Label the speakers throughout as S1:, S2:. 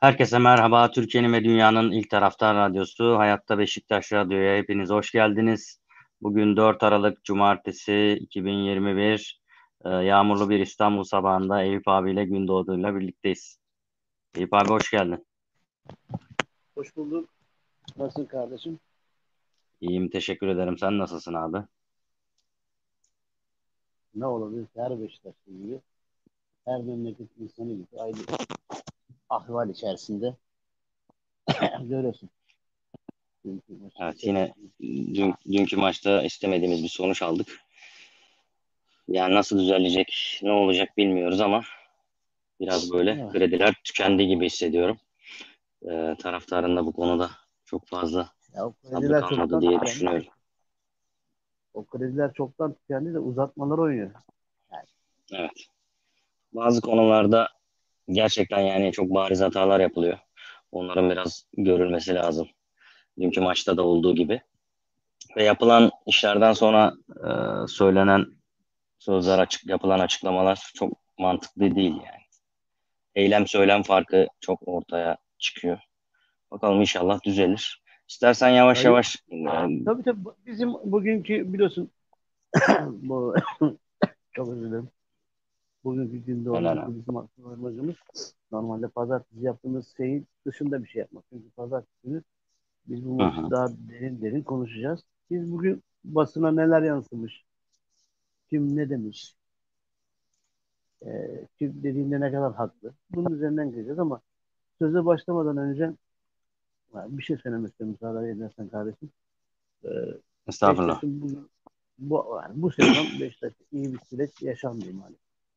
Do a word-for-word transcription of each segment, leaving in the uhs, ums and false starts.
S1: Herkese merhaba. Türkiye'nin ve dünyanın ilk taraftar radyosu Hayatta Beşiktaş Radyo'ya hepiniz hoş geldiniz. Bugün dört Aralık Cumartesi iki bin yirmi bir. Ee, yağmurlu bir İstanbul sabahında Eyüp abiyle Gündoğdu'yla birlikteyiz. Eyüp abi hoş geldin.
S2: Hoş bulduk. Nasılsın kardeşim?
S1: İyiyim, teşekkür ederim. Sen nasılsın abi?
S2: Ne olabilir? Her Beşiktaşlı gibi, her memleket insanı gibi aynı ahval içerisinde görüyorsun. Dünkü maçı
S1: Evet,
S2: izledim.
S1: yine dün, dünkü maçta istemediğimiz bir sonuç aldık. Yani nasıl düzelecek, ne olacak bilmiyoruz ama biraz böyle
S2: Evet.
S1: krediler tükendi gibi hissediyorum. Ee, taraftarın da bu konuda çok fazla
S2: Ya o
S1: sabrı
S2: krediler
S1: kalmadı
S2: çoktan
S1: diye
S2: tükendi de
S1: düşünüyorum.
S2: o krediler çoktan tükendi de uzatmalar oynuyor. Yani,
S1: Evet. Bazı konularda gerçekten yani çok bariz hatalar yapılıyor. Onların biraz görülmesi lazım. Dünkü maçta da olduğu gibi. Ve yapılan işlerden sonra e, söylenen sözler, açık yapılan açıklamalar çok mantıklı değil yani. Eylem söylem farkı çok ortaya çıkıyor. Bakalım inşallah düzelir. İstersen yavaş
S2: hayır.
S1: yavaş e,
S2: Tabii tabii bizim bugünkü biliyorsun bu çok özür dilerim. Bugünkü günde
S1: neler
S2: olan
S1: abi.
S2: bu bizim amacımız normalde pazartesi yaptığımız şeyin dışında bir şey yapmak. Çünkü pazartesi günü biz bu
S1: Hı
S2: maçı
S1: hı,
S2: daha derin derin konuşacağız. Biz bugün basına neler yansımış, kim ne demiş, e, kim dediğinde ne kadar haklı. Bunun üzerinden gideceğiz ama söze başlamadan önce yani bir şey söylemek istiyorum müsaade edersen kardeşim. E,
S1: estağfurullah.
S2: Beşiktaş'ın bu, bu, yani bu sezon Beşiktaş'ta iyi bir süreç yaşanmıyor maalesef.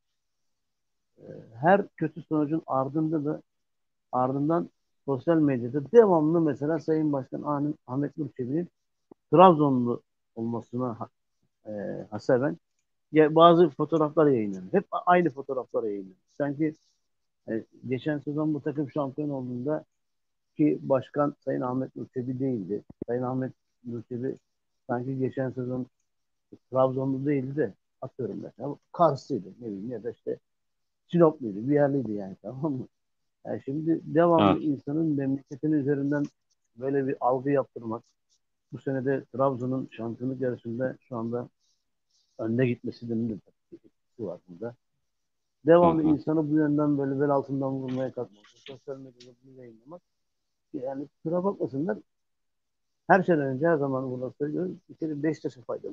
S2: E, Her kötü sonucun ardında da ardından sosyal medyada devamlı mesela Sayın Başkan Ah- Ahmet Nur Çebi'nin Trabzonlu olmasına e, haseben ya bazı fotoğraflar yayınlanıyor. Hep aynı fotoğraflar yayınlanıyor. Sanki e, geçen sezon bu takım şampiyon olduğunda ki başkan Sayın Ahmet Nurçebi değildi. Sayın Ahmet Nurçebi sanki geçen sezon Trabzonlu değildi de atıyorum mesela Karslıydı ne bileyim ya da işte Sinopluydu bir yerliydi yani tamam mı? Yani şimdi devamlı
S1: Evet.
S2: insanın memleketinin üzerinden böyle bir algı yaptırmak. Bu sene de Trabzon'un şampiyonluk yarışında şu anda önde gitmesinin de etkisi var burada.
S1: Hı
S2: Devamlı
S1: hı,
S2: insanı bu yönden böyle bel altından vurmaya kalkmak. Sosyal medyada bunu yayınlamak. Yani kusura bakmasınlar. Her şeyden önce her zaman burada söylüyoruz. Bir kere Beşiktaş'a faydalı.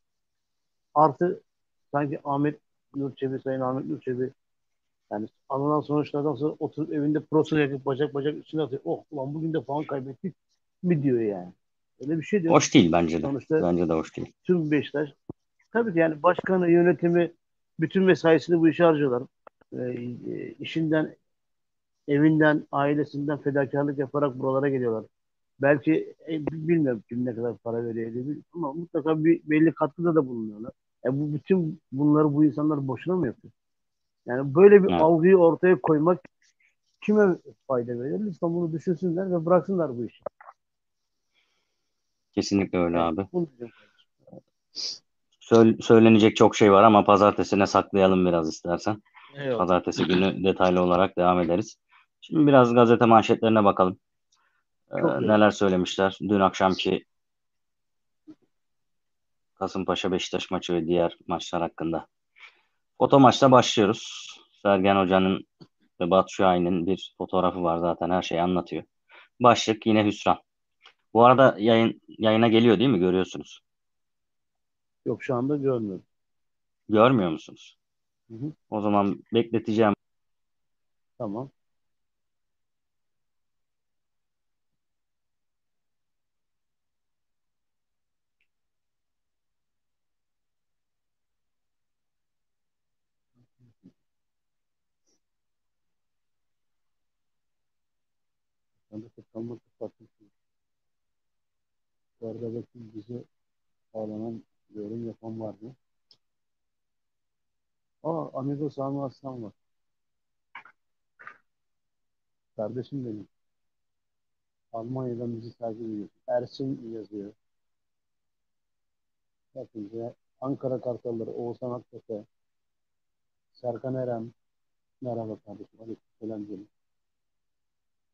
S2: Artı sanki Ahmet Nur Çebi, Sayın Ahmet Nur Çebi yani alınan sonuçlardan sonra oturup evinde proso yakıp bacak bacak üstüne atıyor. Oh ulan bugün de puan kaybettik mi diyor yani. Öyle bir şey diyor.
S1: hoş değil bence de.
S2: Sonuçta
S1: Bence de hoş değil.
S2: tüm Beşiktaş tabii ki yani başkanı, yönetimi bütün mesaisini bu işe harcıyorlar. Ee, e, işinden, evinden, ailesinden fedakarlık yaparak buralara geliyorlar. Belki e, bilmiyorum kim ne kadar para veriyor diye, ama mutlaka bir belli katkıda da bulunuyorlar. E bu bütün bunları bu insanlar boşuna mı yapıyor? Yani böyle bir
S1: Evet,
S2: algıyı ortaya koymak kime fayda verir? Lütfen bunu düşünsünler ve bıraksınlar bu işi.
S1: kesinlikle öyle
S2: Evet,
S1: abi.
S2: bunu diyeceğim kardeşim.
S1: Söyle- söylenecek çok şey var ama pazartesine saklayalım biraz istersen.
S2: Eyvallah.
S1: Pazartesi günü detaylı olarak devam ederiz. Şimdi biraz gazete manşetlerine bakalım. Ee,
S2: Çok iyi olur.
S1: neler söylemişler? Dün akşamki Kasımpaşa Beşiktaş maçı ve diğer maçlar hakkında. Foto maçla başlıyoruz. Sergen Hoca'nın ve Batu Şahin'in bir fotoğrafı var, zaten her şeyi anlatıyor. Başlık yine hüsran. Bu arada yayın yayına geliyor değil mi? Görüyorsunuz.
S2: Yok şu anda görmüyorum.
S1: Görmüyor musunuz?
S2: Hı hı.
S1: O zaman bekleteceğim.
S2: Tamam. Ben de tıkanma tıklattım. Bu arada bakayım bize bağlanan yorum yapan var mı? Aa, Amigo Sami Aslan var. Kardeşim benim. Almanya'dan bizi takip ediyor. Ersin yazıyor. Hepinize Ankara Kartalları, Oğuzhan Aktepe, Serkan Eren. Merhaba kardeşim. Aleykümselam diyelim.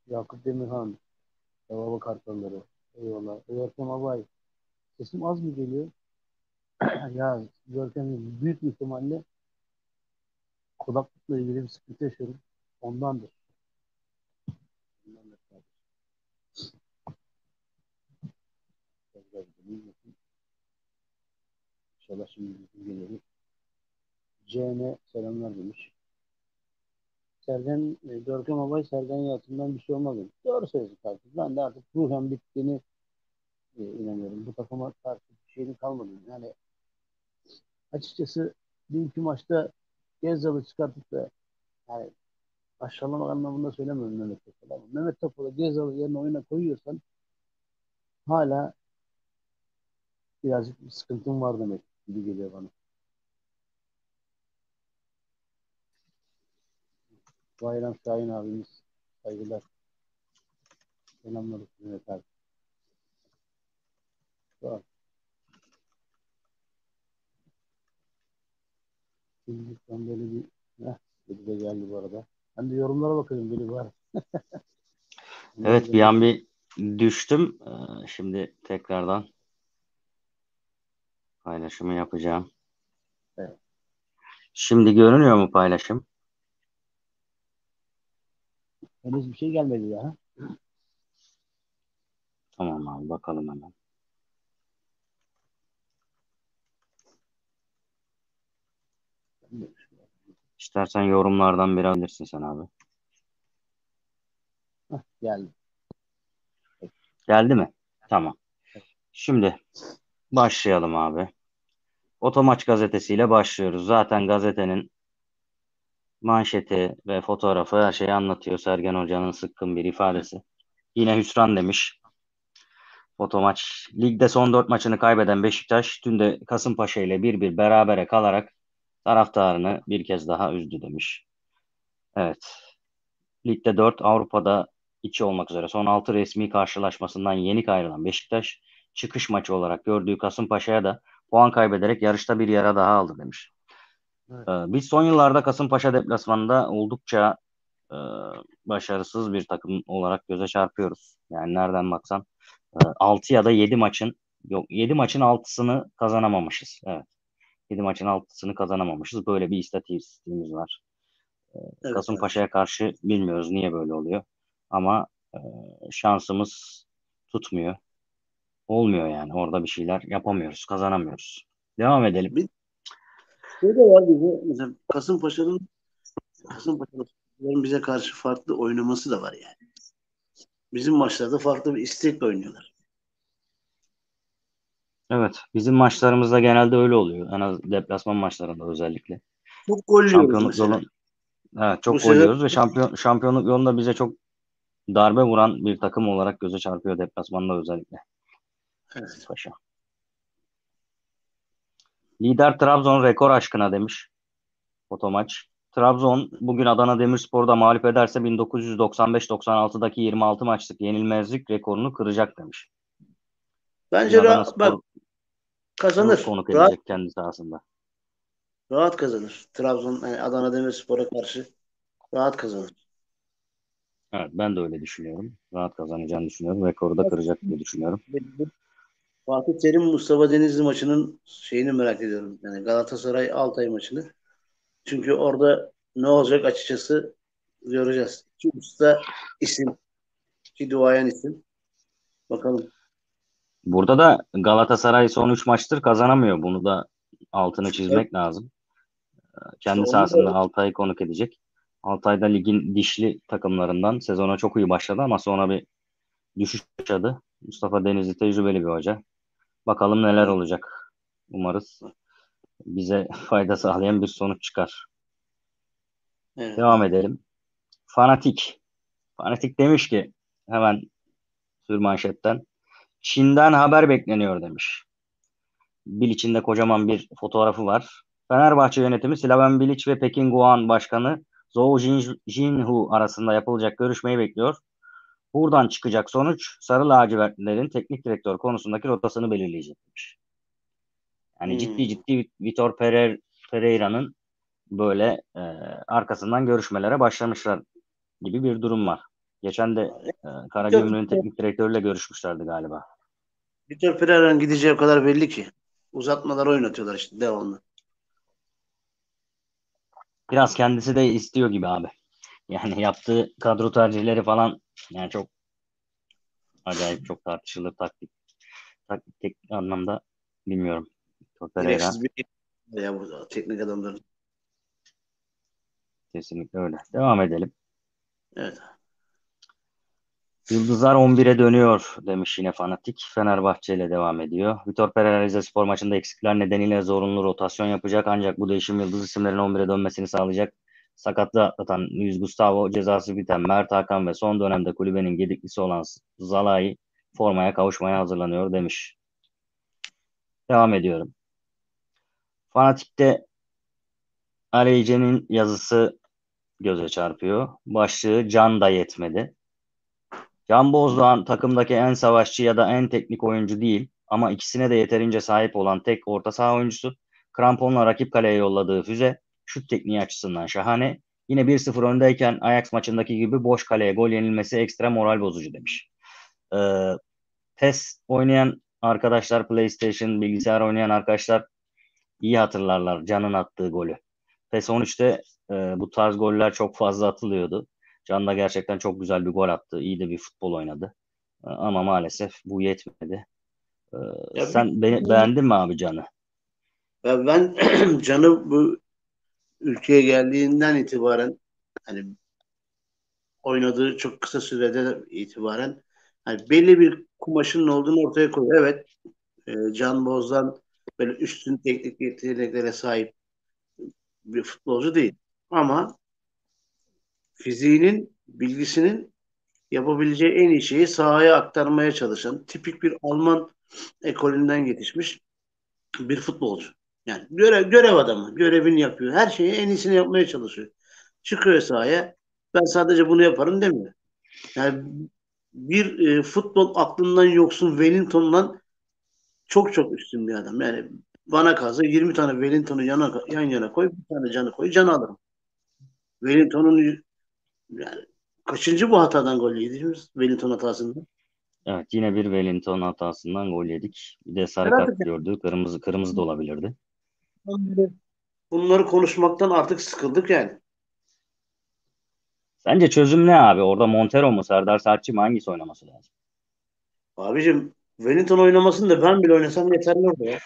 S2: Yakup Demirhan, Baba Kartalları. Eyvallah. Görkem Abay. Sesim az mı geliyor? Ya Görkem büyük bir ihtimalle kulaklıkla ilgili bir sıkıntı yaşıyorum. Ondandır. Ondandır kardeşim. Biraz dinleyeyim bakayım. İnşallah şimdi bizim geliyor. C N selamlar demiş. Sergen, e, Görkem Abay Sergen Yalçın'dan bir şey olmaz demiş. Doğru söylüyorsun kardeşim. Ben de artık ruhen bittiğini e, inanıyorum. Bu takıma karşı bir şeyin kalmadı. Yani açıkçası dünkü maçta Gezzal'ı çıkartıp da yani aşağılamak anlamında söylemiyorum Mehmet Topal'ı ama Mehmet Topal'ı Gezzal'ı yerine oyuna koyuyorsan hala birazcık bir sıkıntın var demek gibi geliyor bana. Bayram Şahin abimiz saygılar. Selamlar Mehmet abi. Tamam. Şimdi ben böyle bir heh, biri de geldi bu arada. Ben de yorumlara bakıyorum biri var.
S1: Evet, bir an bir düştüm. Ee, Şimdi tekrardan paylaşımı yapacağım.
S2: Evet.
S1: Şimdi görünüyor mu paylaşım?
S2: Henüz bir şey gelmedi ya.
S1: Tamam abi, bakalım hemen. İstersen yorumlardan biri alabilirsin sen abi.
S2: Heh, geldi.
S1: Geldi mi? Tamam. Şimdi başlayalım abi. Otomaç gazetesiyle başlıyoruz. Zaten gazetenin manşeti ve fotoğrafı her şeyi anlatıyor. Sergen Hoca'nın sıkkın bir ifadesi. Yine hüsran demiş. Otomaç. Ligde son dört maçını kaybeden Beşiktaş dün de Kasımpaşa ile bir bir berabere kalarak taraftarını bir kez daha üzdü demiş. Evet. Ligde dört, Avrupa'da iki olmak üzere son altı resmi karşılaşmasından yenik ayrılan Beşiktaş, çıkış maçı olarak gördüğü Kasımpaşa'ya da puan kaybederek yarışta bir yara daha aldı demiş.
S2: Evet.
S1: Ee, biz son yıllarda Kasımpaşa deplasmanında oldukça e, başarısız bir takım olarak göze çarpıyoruz. Yani nereden baksan e, altı ya da yedi maçın yok yedi maçın altısını kazanamamışız. Evet. yedi maçın altısını kazanamamışız. Böyle bir istatistiğimiz var.
S2: Evet abi.
S1: Kasımpaşa'ya karşı bilmiyoruz niye böyle oluyor. Ama e, şansımız tutmuyor. Olmuyor yani. Orada bir şeyler yapamıyoruz, kazanamıyoruz. Devam edelim.
S2: Bir şey de var bize. Mesela Kasımpaşa'nın Kasımpaşa'nın bize karşı farklı oynaması da var yani. Bizim maçlarda farklı bir istekle oynuyorlar.
S1: Evet, bizim maçlarımızda genelde öyle oluyor. En az deplasman maçlarında özellikle.
S2: Çok gol yiyoruz
S1: Şampiyonluk
S2: mesela.
S1: yolu, evet,
S2: Bu
S1: çok gol
S2: sezon
S1: yiyoruz ve şampiyon, şampiyonluk yolunda bize çok darbe vuran bir takım olarak göze çarpıyor deplasmanda özellikle.
S2: evet.
S1: Paşa. Lider Trabzon rekor aşkına demiş Otomaç. Trabzon bugün Adana Demirspor'da mağlup ederse bin dokuz yüz doksan beş doksan altıdaki yirmi altı maçlık yenilmezlik rekorunu kıracak demiş. Bugün
S2: Bence
S1: Adana
S2: ra- bak
S1: Spor'u
S2: kazanır.
S1: konuk
S2: Rahat
S1: edecek kendi sahasında.
S2: rahat kazanır. Trabzon yani Adana Demirspor'a karşı rahat kazanır.
S1: Evet, ben de öyle düşünüyorum. Rahat kazanacağını düşünüyorum. Rekoru da kıracak diye düşünüyorum.
S2: Fatih Terim Mustafa Denizli maçının şeyini merak ediyorum. Yani Galatasaray Altay maçını. Çünkü orada ne olacak açıkçası göreceğiz. İki usta isim, iki duayen isim. Bakalım.
S1: Burada da Galatasaray son üç maçtır kazanamıyor. Bunu da altını
S2: Evet,
S1: çizmek lazım.
S2: işte
S1: Kendi
S2: onda
S1: sahasında
S2: da
S1: Altay'ı konuk edecek. Altay'da ligin dişli takımlarından sezona çok iyi başladı ama sonra bir düşüş yaşadı. Mustafa Denizli tecrübeli bir hoca. Bakalım neler
S2: evet,
S1: olacak. Umarız bize fayda sağlayan bir sonuç çıkar.
S2: evet
S1: Devam
S2: abi.
S1: edelim. Fanatik. Fanatik demiş ki hemen sürmanşetten Çin'den haber bekleniyor demiş. Bilic'in de kocaman bir fotoğrafı var. Fenerbahçe yönetimi Slaven Bilic ve Pekin Guoan Başkanı Zhou Jin- Jinhu arasında yapılacak görüşmeyi bekliyor. Buradan çıkacak sonuç Sarı Lacivertlilerin teknik direktör konusundaki rotasını belirleyecekmiş. Yani ciddi
S2: Hmm.
S1: ciddi Vitor Pereira, Pereira'nın böyle e, arkasından görüşmelere başlamışlar gibi bir durum var. Geçen de e,
S2: Vitor,
S1: Karagümrük'ün teknik direktörüyle görüşmüşlerdi galiba.
S2: Vitor Pereira'nın gideceği o kadar belli ki. Uzatmalar oynatıyorlar işte devamlı.
S1: Biraz kendisi de istiyor gibi abi. Yani yaptığı kadro tercihleri falan yani çok acayip, çok tartışılır taktik. Taktik tek anlamda bilmiyorum. Vitor Pereira
S2: Gereksiz bir ya bu teknik adamların.
S1: kesinlikle öyle. Devam edelim.
S2: Evet.
S1: Yıldızlar on bire dönüyor demiş yine fanatik. Fenerbahçe ile devam ediyor. Vitor Pereira Rizespor maçında eksikler nedeniyle zorunlu rotasyon yapacak. Ancak bu değişim yıldız isimlerin on bire dönmesini sağlayacak. Sakatlığı atlatan Luis Gustavo, cezası biten Mert Hakan ve son dönemde kulübenin gediklisi olan Zalai formaya kavuşmaya hazırlanıyor demiş. Devam ediyorum. Fanatik'te Aleyce'nin yazısı göze çarpıyor. Başlığı Can da yetmedi. Can Bozdoğan takımdaki en savaşçı ya da en teknik oyuncu değil ama ikisine de yeterince sahip olan tek orta saha oyuncusu. Kramponla rakip kaleye yolladığı füze şut tekniği açısından şahane. Yine bir sıfır öndeyken Ajax maçındaki gibi boş kaleye gol yenilmesi ekstra moral bozucu demiş. Ee, PES oynayan arkadaşlar, PlayStation, bilgisayar oynayan arkadaşlar iyi hatırlarlar Can'ın attığı golü. PES on üçte e, bu tarz goller çok fazla atılıyordu. Can da gerçekten çok güzel bir gol attı. İyi de bir futbol oynadı. E, ama maalesef bu yetmedi. E,
S2: Ya bir,
S1: sen be- beğendin mi abi Can'ı?
S2: ya ben Can'ı bu ülkeye geldiğinden itibaren hani oynadığı çok kısa sürede itibaren hani belli bir kumaşının olduğunu ortaya koyuyor. Evet, e, Can Bozdan böyle üstün teknik yeteneklere sahip bir futbolcu değil. Ama fiziğinin, bilgisinin yapabileceği en iyi şeyi sahaya aktarmaya çalışan tipik bir Alman ekolünden yetişmiş bir futbolcu. Yani görev, görev adamı, görevini yapıyor. Her şeyi en iyisini yapmaya çalışıyor. Çıkıyor sahaya. Ben sadece bunu yaparım demiyor. Yani bir e, futbol aklından yoksun Wellington'dan çok çok üstün bir adam. Yani bana kalsa yirmi tane Wellington'u yana, yan yana koy, bir tane Can'ı koy, Can'ı alırım. Wellington'un yani kaçıncı bu hatadan gol yediğimiz Wellington hatasında?
S1: Evet, yine bir Wellington hatasından gol yedik. Bir de sarı
S2: Herhalde
S1: kart gördü. Kırmızı kırmızı da olabilirdi.
S2: bunları konuşmaktan artık sıkıldık yani.
S1: Sence çözüm ne abi? Orada Montero mu, Serdar Saatçi mi, hangisi oynaması lazım?
S2: Abicim Wellington oynamasın da ben bile oynasam yeterli orada ya.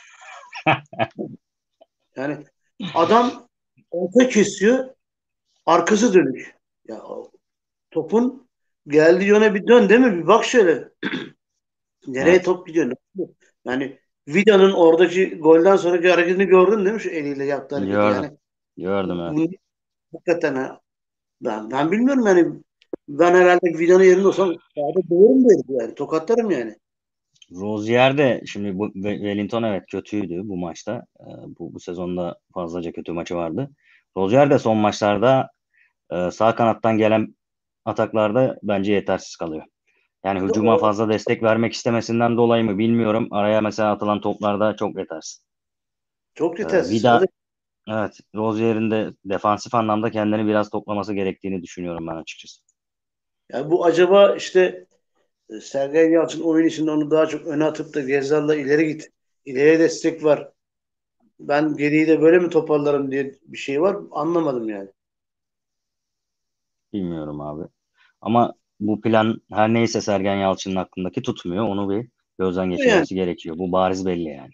S2: Yani adam orta kesiyor, arkası dönük. Ya topun geldiği yöne bir dön değil mi? Bir bak şöyle. Nereye
S1: Evet,
S2: top gidiyor? Yani Vida'nın oradaki golden sonraki hareketini gördün değil mi? Şu eliyle yaptığı hareketi.
S1: gördüm.
S2: Yani
S1: Gördüm, evet.
S2: bu hakikaten ha. Ben, ben bilmiyorum yani. Ben herhalde Vida'nın yerinde olsam sahada döverim derim yani. Tokatlarım yani.
S1: Rozier de şimdi bu Wellington evet kötüydü bu maçta. Ee, bu, bu sezonda fazlaca kötü maçı vardı. Rozier de son maçlarda e, sağ kanattan gelen ataklarda bence yetersiz kalıyor. Yani hücuma
S2: O
S1: fazla destek vermek istemesinden dolayı mı bilmiyorum. Araya mesela atılan toplarda çok yetersiz.
S2: çok
S1: Ee,
S2: yetersiz. O da
S1: Vida evet, Rozier'in de defansif anlamda kendini biraz toplaması gerektiğini düşünüyorum ben açıkçası.
S2: yani bu acaba işte e, Sergen Yalçın oyun içinde onu daha çok öne atıp da Gezzal'la ileri git. İleriye destek var. Ben geriyi de böyle mi toparlarım diye bir şey var. Anlamadım yani.
S1: Bilmiyorum abi. Ama bu plan her neyse Sergen Yalçın'ın aklındaki tutmuyor. Onu bir gözden
S2: Yani
S1: geçirmesi gerekiyor. Bu bariz belli yani.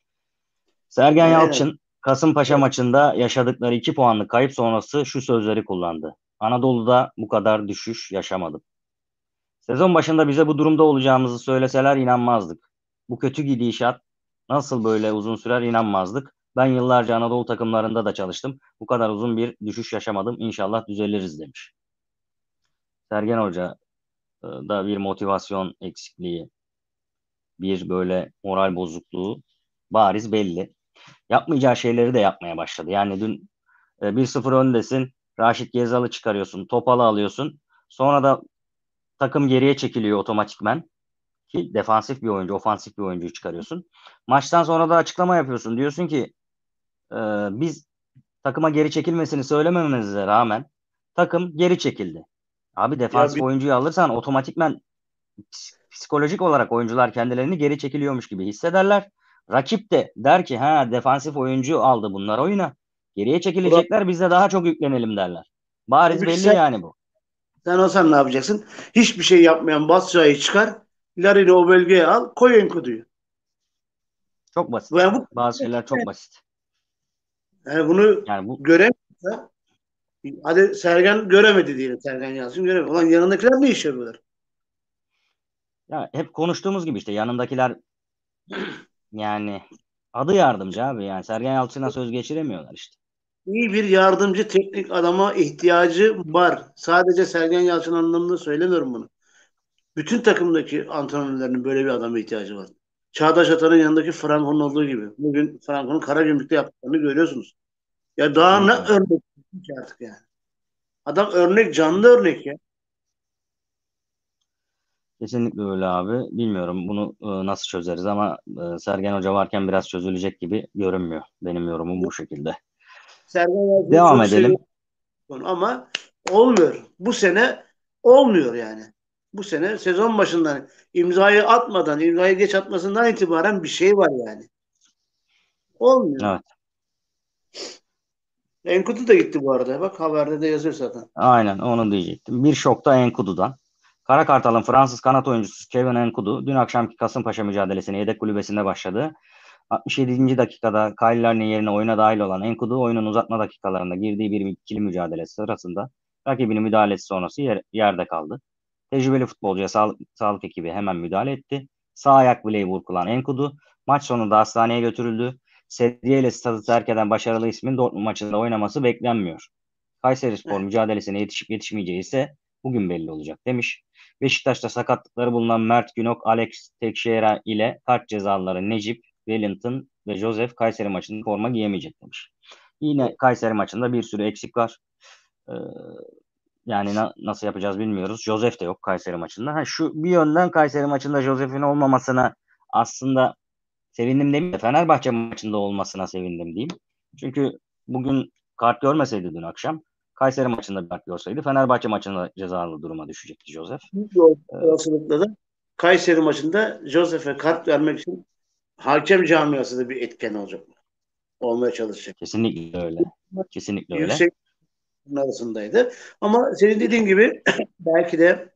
S1: Sergen
S2: aynen.
S1: Yalçın Kasımpaşa maçında yaşadıkları iki puanlık kayıp sonrası şu sözleri kullandı. Anadolu'da bu kadar düşüş yaşamadım. Sezon başında bize bu durumda olacağımızı söyleseler inanmazdık. Bu kötü gidişat nasıl böyle uzun sürer inanmazdık. Ben yıllarca Anadolu takımlarında da çalıştım. Bu kadar uzun bir düşüş yaşamadım. İnşallah düzeliriz demiş. Sergen Hoca e, da bir motivasyon eksikliği, bir böyle moral bozukluğu bariz belli. Yapmayacağı şeyleri de yapmaya başladı. Yani dün e, bir sıfır öndesin. Raşit Gezal'ı çıkarıyorsun. Topal'ı alıyorsun. Sonra da takım geriye çekiliyor otomatikmen. Ki defansif bir oyuncu, ofansif bir oyuncuyu çıkarıyorsun. Maçtan sonra da açıklama yapıyorsun. Diyorsun ki e, biz takıma geri çekilmesini söylemememize rağmen takım geri çekildi. Abi
S2: Ya
S1: defansif
S2: bir,
S1: oyuncuyu alırsan otomatikman psikolojik olarak oyuncular kendilerini geri çekiliyormuş gibi hissederler. Rakip de der ki ha defansif oyuncu aldı bunlar oyuna. Geriye
S2: Burak,
S1: çekilecekler biz de daha çok yüklenelim derler. Bariz
S2: halbuki
S1: belli
S2: sen,
S1: yani bu.
S2: sen olsan ne yapacaksın? Hiçbir şey yapmayan Batshuayi'yi çıkar. Larin'i o bölgeye al. Koy Enkudu'yu.
S1: Çok basit
S2: Yani
S1: abi.
S2: bu,
S1: Bazı şeyler çok basit.
S2: yani bunu
S1: Yani bu
S2: göremiyorsa, hadi Sergen göremedi diyelim. Sergen Yalçın göremedi. Ulan yanındakiler ne iş yapıyorlar?
S1: ya hep konuştuğumuz gibi işte yanındakiler yani adı yardımcı abi yani Sergen Yalçın'a söz geçiremiyorlar işte.
S2: İyi bir yardımcı teknik adama ihtiyacı var. Sadece Sergen Yalçın anlamında söylemiyorum bunu. Bütün takımdaki antrenörlerin böyle bir adama ihtiyacı var. Çağdaş Atan'ın yanındaki Franco'nun olduğu gibi. Bugün Franco'nun Karagümrük'te yaptıklarını görüyorsunuz. Ya daha ne
S1: Kesinlikle öyle.
S2: örnek ki artık yani. Adam örnek, canlı örnek ya.
S1: Kesinlikle öyle abi. Bilmiyorum bunu e, nasıl çözeriz ama e, Sergen Hoca varken biraz çözülecek gibi görünmüyor. Benim yorumum bu şekilde.
S2: Sergen Yalçın'ı
S1: Devam
S2: çok
S1: edelim.
S2: seviyorum ama olmuyor. Bu sene olmuyor yani. Bu sene sezon başından imzayı atmadan, imzayı geç atmasından itibaren bir şey var yani. Olmuyor.
S1: Evet.
S2: Enkudu da gitti bu arada. Bak haberde de yazıyor zaten.
S1: Aynen onu diyecektim. Bir şokta Enkudu'dan. Kara Kartal'ın Fransız kanat oyuncusu Kevin Enkudu dün akşamki Kasımpaşa mücadelesine yedek kulübesinde başladı. altmış yedinci dakikada Kyle Larin'in yerine oyuna dahil olan Enkudu oyunun uzatma dakikalarında girdiği bir ikili mücadele sırasında rakibinin müdahalesi sonrası yer- yerde kaldı. Tecrübeli futbolcuya sağlık, sağlık ekibi hemen müdahale etti. Sağ ayak bileği burkulan Enkudu maç sonunda hastaneye götürüldü. Sedyeyle stadı terk eden başarılı ismin Dortmund maçında oynaması beklenmiyor. Kayserispor
S2: Heh.
S1: mücadelesine yetişip yetişmeyeceği ise bugün belli olacak demiş. Beşiktaş'ta sakatlıkları bulunan Mert Günok, Alex Teixeira ile kart cezalıları Necip, Wellington ve Joseph Kayseri maçında forma giyemeyecek demiş. Yine Kayseri maçında bir sürü eksik var. Ee, yani na- nasıl yapacağız bilmiyoruz. Joseph de yok Kayseri maçında. Ha, şu bir yönden Kayseri maçında Joseph'in olmamasına aslında sevindim demeyeyim de Fenerbahçe maçında olmasına sevindim diyeyim. Çünkü bugün kart görmeseydi dün akşam Kayseri maçında bir kart görseydi Fenerbahçe maçında cezalı duruma düşecekti Joseph.
S2: Bir
S1: Ee,
S2: olasılıkla da Kayseri maçında Josef'e kart vermek için hakem camiası da bir etken olacak. Olmaya çalışacak.
S1: kesinlikle öyle. Kesinlikle öyle.
S2: Yüksek arasındaydı. Ama senin dediğin gibi belki de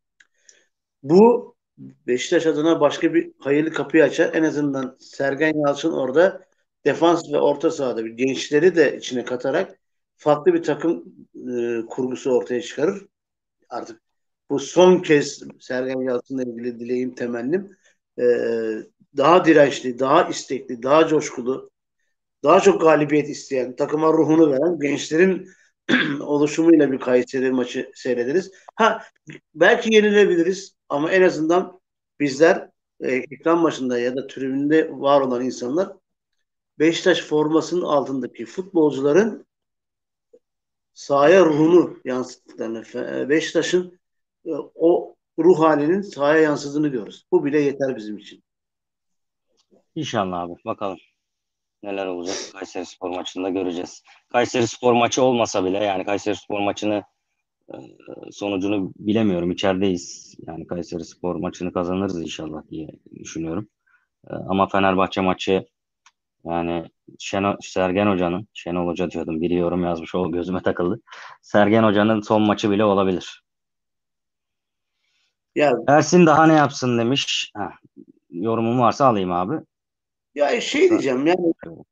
S2: bu Beşiktaş adına başka bir hayırlı kapıyı açar. En azından Sergen Yalçın orada defans ve orta sahada bir gençleri de içine katarak farklı bir takım e, kurgusu ortaya çıkarır. Artık bu son kez Sergen Yalçın'la ilgili dileğim, temennim e, daha dirençli, daha istekli, daha coşkulu, daha çok galibiyet isteyen, takıma ruhunu veren gençlerin oluşumuyla bir Kayseri maçı seyrederiz. Ha, belki yenilebiliriz ama en azından bizler e, ekran başında ya da tribünde var olan insanlar Beşiktaş formasının altındaki futbolcuların sahaya ruhunu yansıttıklarını, Fe- Beşiktaş'ın e, o ruh halinin sahaya yansıdığını görürüz. Bu bile yeter bizim için.
S1: İnşallah abi. Bakalım neler olacak. Kayserispor maçında göreceğiz. Kayserispor maçı olmasa bile yani Kayserispor maçını e, sonucunu bilemiyorum. İçerideyiz. Yani Kayserispor maçını kazanırız inşallah diye düşünüyorum. E, ama Fenerbahçe maçı yani Şenol, Sergen Hoca'nın, Şenol Hoca diyordum, biri yorum yazmış, o gözüme takıldı. Sergen Hoca'nın son maçı bile olabilir.
S2: Ya
S1: Ersin daha ne yapsın demiş. Heh, yorumum varsa alayım abi.
S2: ya şey
S1: Yoksa
S2: diyeceğim yani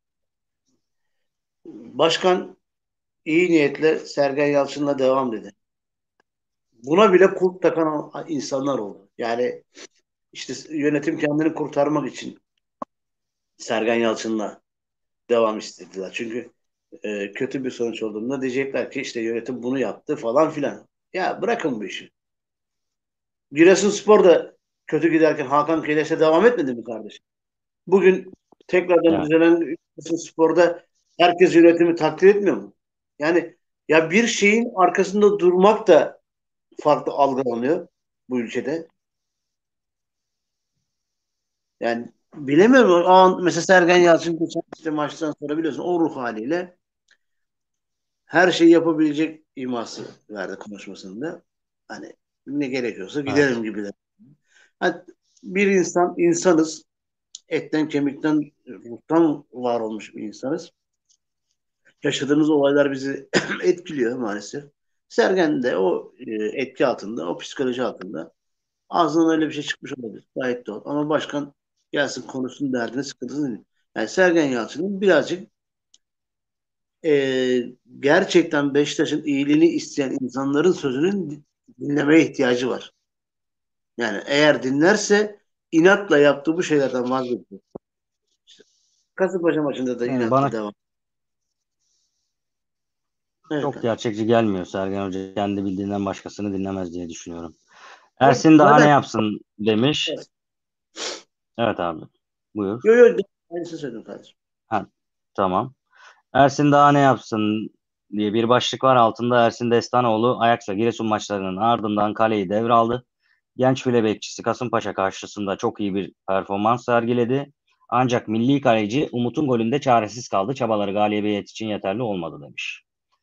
S2: başkan iyi niyetle Sergen Yalçın'la devam dedi. Buna bile kulp takan insanlar oldu. Yani işte yönetim kendini kurtarmak için Sergen Yalçın'la devam istediler. Çünkü e, kötü bir sonuç olduğunda diyecekler ki işte yönetim bunu yaptı falan filan. Ya bırakın bu işi. Giresunspor da kötü giderken Hakan Keleş'e devam etmedi mi kardeşim? Bugün tekrardan
S1: evet,
S2: düzelen Giresunspor'da herkes yönetimi takdir etmiyor mu? Yani ya bir şeyin arkasında durmak da farklı algılanıyor bu ülkede. Yani bilemiyorum. O an mesela Sergen Yalçın geçen işte maçtan sonra biliyorsun o ruh haliyle her şeyi yapabilecek iması verdi konuşmasında. Hani ne gerekiyorsa
S1: Evet.
S2: giderim gibiler. Hani bir insan, insanız. Etten, kemikten, ruhtan var olmuş bir insanız. Yaşadığımız olaylar bizi etkiliyor maalesef. Sergen de o e, etki altında, o psikoloji altında. Ağzından öyle bir şey çıkmış olabilir. Gayet doğal. Ama başkan gelsin konuşsun derdini sıkıntısını değil. Yani Sergen Yalçın'ın birazcık e, gerçekten Beşiktaş'ın iyiliğini isteyen insanların sözünün dinlemeye ihtiyacı var. Yani eğer dinlerse inatla yaptığı bu şeylerden vazgeçiyor. Kasımpaşa maçında da
S1: Yani
S2: inatla
S1: bana
S2: devam. Evet
S1: çok
S2: kardeşim.
S1: gerçekçi gelmiyor Sergen Hoca. Kendi bildiğinden başkasını dinlemez diye düşünüyorum.
S2: Yok,
S1: Ersin daha ne
S2: zaten
S1: yapsın demiş. Evet abi. Buyur.
S2: yo yo aynısını söyledim kardeşim.
S1: Ha, tamam. Ersin daha ne yapsın diye bir başlık var. Altında Ersin Destanoğlu Ajax'la Giresun maçlarının ardından kaleyi devraldı. Genç file bekçisi Kasımpaşa karşısında çok iyi bir performans sergiledi. Ancak milli kaleci Umut'un golünde çaresiz kaldı. Çabaları galibiyet için yeterli olmadı demiş.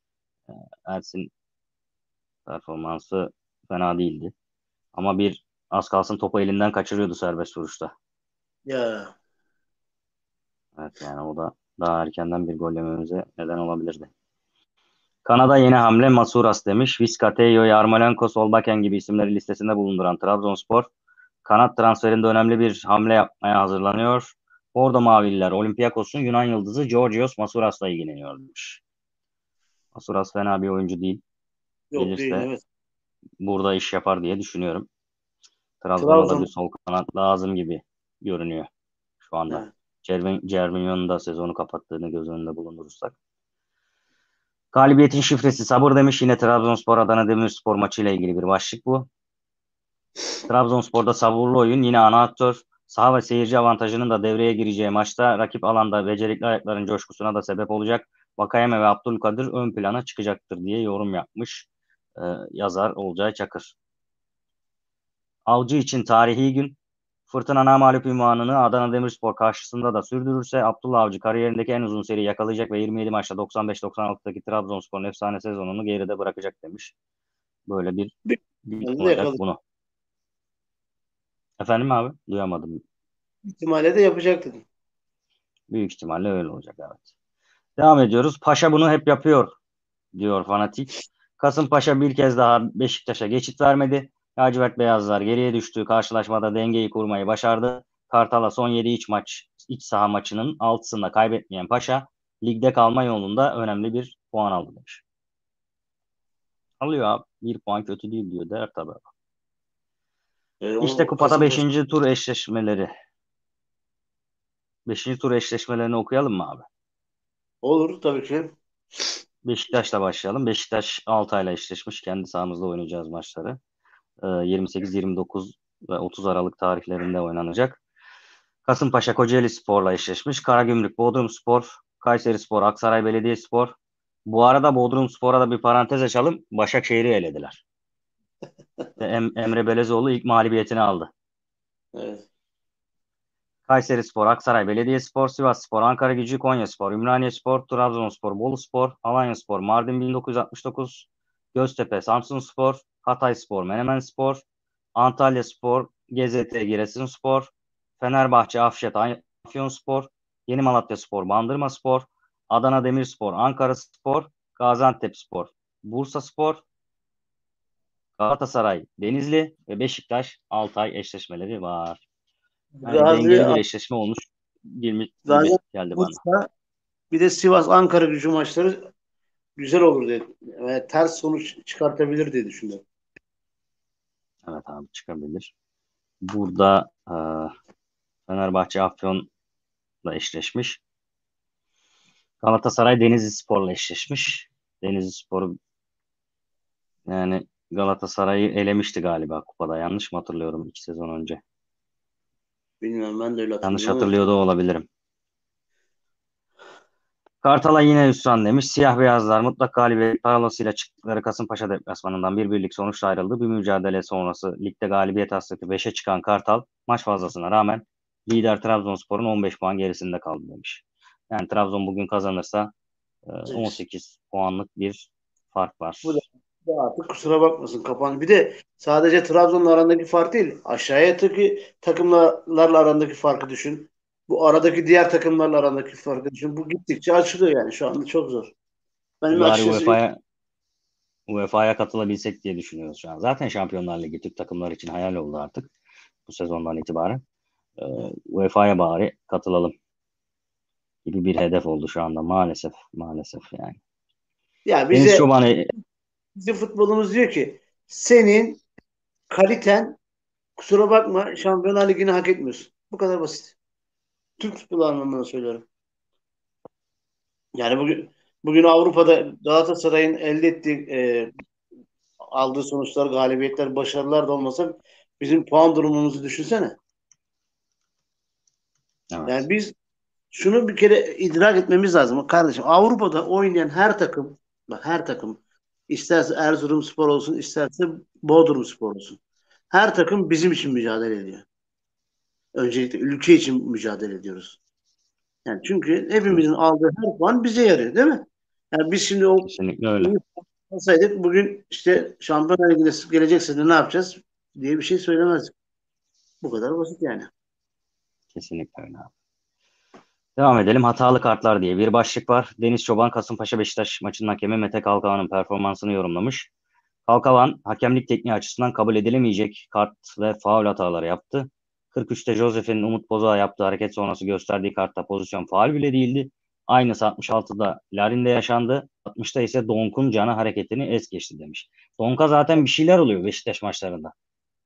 S1: Ersin performansı fena değildi. Ama bir az kalsın topu elinden kaçırıyordu serbest vuruşta.
S2: Ya
S1: Evet yani o da daha erkenden bir gol yememize neden olabilirdi. Kanada yeni hamle Masuras demiş. Vizcateio, Yarmolenko, Solbakken gibi isimleri listesinde bulunduran Trabzonspor, kanat transferinde önemli bir hamle yapmaya hazırlanıyor. Bordo Mavililer Olympiakos'un Yunan yıldızı Georgios Masuras'la ilgileniyor demiş. Masuras fena bir oyuncu değil.
S2: yok değil
S1: Gelirse
S2: evet.
S1: burada iş yapar diye düşünüyorum. Trabzon'a da
S2: Trabzon
S1: bir sol kanat lazım gibi görünüyor şu anda.
S2: evet.
S1: Cervinho'nun da sezonu kapattığını göz önünde bulundurursak. Galibiyetin şifresi sabır demiş. Yine Trabzonspor Adana Demirspor maçıyla ilgili bir başlık bu. Trabzonspor'da sabırlı oyun yine ana aktör. Saha ve seyirci avantajının da devreye gireceği maçta rakip alanda becerikli ayakların coşkusuna da sebep olacak. Vakayeme ve Abdülkadir ön plana çıkacaktır diye yorum yapmış e, yazar Olcay Çakır. Avcı için tarihi gün. Fırtına namağlup ünvanını Adana Demirspor karşısında da sürdürürse Abdullah Avcı kariyerindeki en uzun seri yakalayacak ve yirmi yedi maçta doksan beş doksan altıdaki Trabzonspor'un efsane sezonunu geride bırakacak demiş. Böyle bir
S2: Bir
S1: gün
S2: ihtimalle de
S1: olacak
S2: yakaladı.
S1: bunu. Efendim abi? Duyamadım.
S2: İhtimalle de yapacak dedim.
S1: Büyük ihtimalle öyle olacak evet. Devam ediyoruz. Paşa bunu hep yapıyor diyor fanatik. Kasımpaşa bir kez daha Beşiktaş'a geçit vermedi. Lacivert Beyazlar geriye düştüğü karşılaşmada dengeyi kurmayı başardı. Kartal'a son yedi iç maç iç saha maçının altısında kaybetmeyen Paşa ligde kalma yolunda önemli bir puan aldı demiş. Alıyor abi. Bir puan kötü değil diyor der tabii.
S2: Ee,
S1: İşte
S2: o
S1: kupada
S2: Kasımpaşa
S1: beşinci tur eşleşmeleri. Beşinci tur eşleşmelerini okuyalım mı abi?
S2: olur tabii ki.
S1: Beşiktaş'la başlayalım. Beşiktaş Altay'la eşleşmiş. Kendi sahamızda oynayacağız maçları. Ee, yirmi sekiz, yirmi dokuz ve otuz Aralık tarihlerinde oynanacak. Kasımpaşa Kocaeli Spor'la eşleşmiş. Karagümrük Bodrumspor, Kayserispor, Aksaray Belediyespor. Bu arada Bodrumspor'a da bir parantez açalım. Başakşehir'i elediler. Ve em Emre Belezoğlu ilk mağlubiyetini aldı.
S2: Evet.
S1: Kayserispor, Aksaray Belediyespor, Sivasspor, Ankaragücü, Konyaspor, Ümraniyespor, Trabzonspor, Boluspor, Alanyaspor, Mardin bin dokuz yüz altmış dokuz, Göztepe, Samsunspor, Hatayspor, Menemenspor, Antalyaspor, G Z T, Giresunspor, Fenerbahçe, Afşet, Afyonspor, Yeni Malatyaspor, Bandırmaspor, Adana Demirspor, Ankaraspor, Gaziantepspor, Bursaspor, Galatasaray, Denizli ve Beşiktaş Altay eşleşmeleri var. Yani
S2: Gazi,
S1: dengeli bir eşleşme olmuş gibi,
S2: Gazi
S1: gibi geldi bana.
S2: Bursa bir de Sivas Ankara gücü maçları güzel olur diye. Yani ters sonuç çıkartabilir diye düşünüyorum.
S1: Evet abi çıkabilir. Burada e, Fenerbahçe Afyon'la eşleşmiş. Galatasaray Denizlispor'la eşleşmiş. Denizlispor'u yani Galatasaray'ı elemişti galiba kupada. Yanlış mı hatırlıyorum iki sezon önce?
S2: Bilmiyorum ben de öyle
S1: Yanlış
S2: hatırlıyorum ama.
S1: hatırlıyor da olabilirim. Kartal'a yine hüsran demiş. Siyah beyazlar mutlak galibiyet parolasıyla çıktıkları Kasımpaşa deplasmanından bir birlik sonuçla ayrıldı. Bir mücadele sonrası ligde galibiyet hasreti beşe çıkan Kartal maç fazlasına rağmen lider Trabzonspor'un on beş puan gerisinde kaldı demiş. Yani Trabzon bugün kazanırsa e, on sekiz puanlık bir fark
S2: Bu da
S1: var.
S2: Ya artık kusura bakmasın kapan. Bir de sadece Trabzon'la arandaki fark değil. Aşağıdaki takımlarla arandaki farkı düşün. Bu aradaki diğer takımlarla arandaki farkı düşün. Bu gittikçe açılıyor yani. Şu anda çok zor. Benim
S1: Bari
S2: açıkçası
S1: UEFA'ya U E F A'ya katılabilsek diye düşünüyoruz şu an. Zaten Şampiyonlar Ligi Türk takımlar için hayal oldu artık bu sezondan itibaren. Ee, U E F A'ya bari katılalım gibi bir hedef oldu şu anda maalesef maalesef yani.
S2: ya
S1: Deniz
S2: bize
S1: Çoban e,
S2: bizim futbolumuz diyor ki senin kaliten kusura bakma Şampiyonlar Ligi'ni hak etmiyorsun. Bu kadar basit. Türk futbolu anlamında söylüyorum. Yani bugün bugün Avrupa'da Galatasaray'ın elde ettiği e, aldığı sonuçlar, galibiyetler, başarılar da olmasa bizim puan durumumuzu düşünsene.
S1: evet
S2: Yani biz şunu bir kere idrak etmemiz lazım. Kardeşim Avrupa'da oynayan her takım, bak her takım isterse Erzurumspor olsun, isterse Bodrumspor olsun. Her takım bizim için mücadele ediyor. Öncelikle ülke için mücadele ediyoruz. Yani çünkü
S1: kesin,
S2: hepimizin aldığı her puan bize yarıyor, değil mi? Yani biz şimdi o
S1: kesinlikle öyle.
S2: iyi olsaydık bugün işte Şampiyonlar Ligi'ne gelecek sene ne yapacağız diye bir şey söylemezdik. Bu kadar basit yani.
S1: Kesinlikle öyle. Devam edelim. Hatalı kartlar diye bir başlık var. Deniz Çoban Kasımpaşa Beşiktaş maçının hakemi Mete Kalkavan'ın performansını yorumlamış. Kalkavan hakemlik tekniği açısından kabul edilemeyecek kart ve faul hataları yaptı. kırk üçte Josef'in Umut Bozok'a yaptığı hareket sonrası gösterdiği kartta pozisyon faul bile değildi. Aynısı altmış altıda Larin'de yaşandı. altmışta ise Donk'un canı hareketini es geçti demiş. Donk'a zaten bir şeyler oluyor Beşiktaş maçlarında.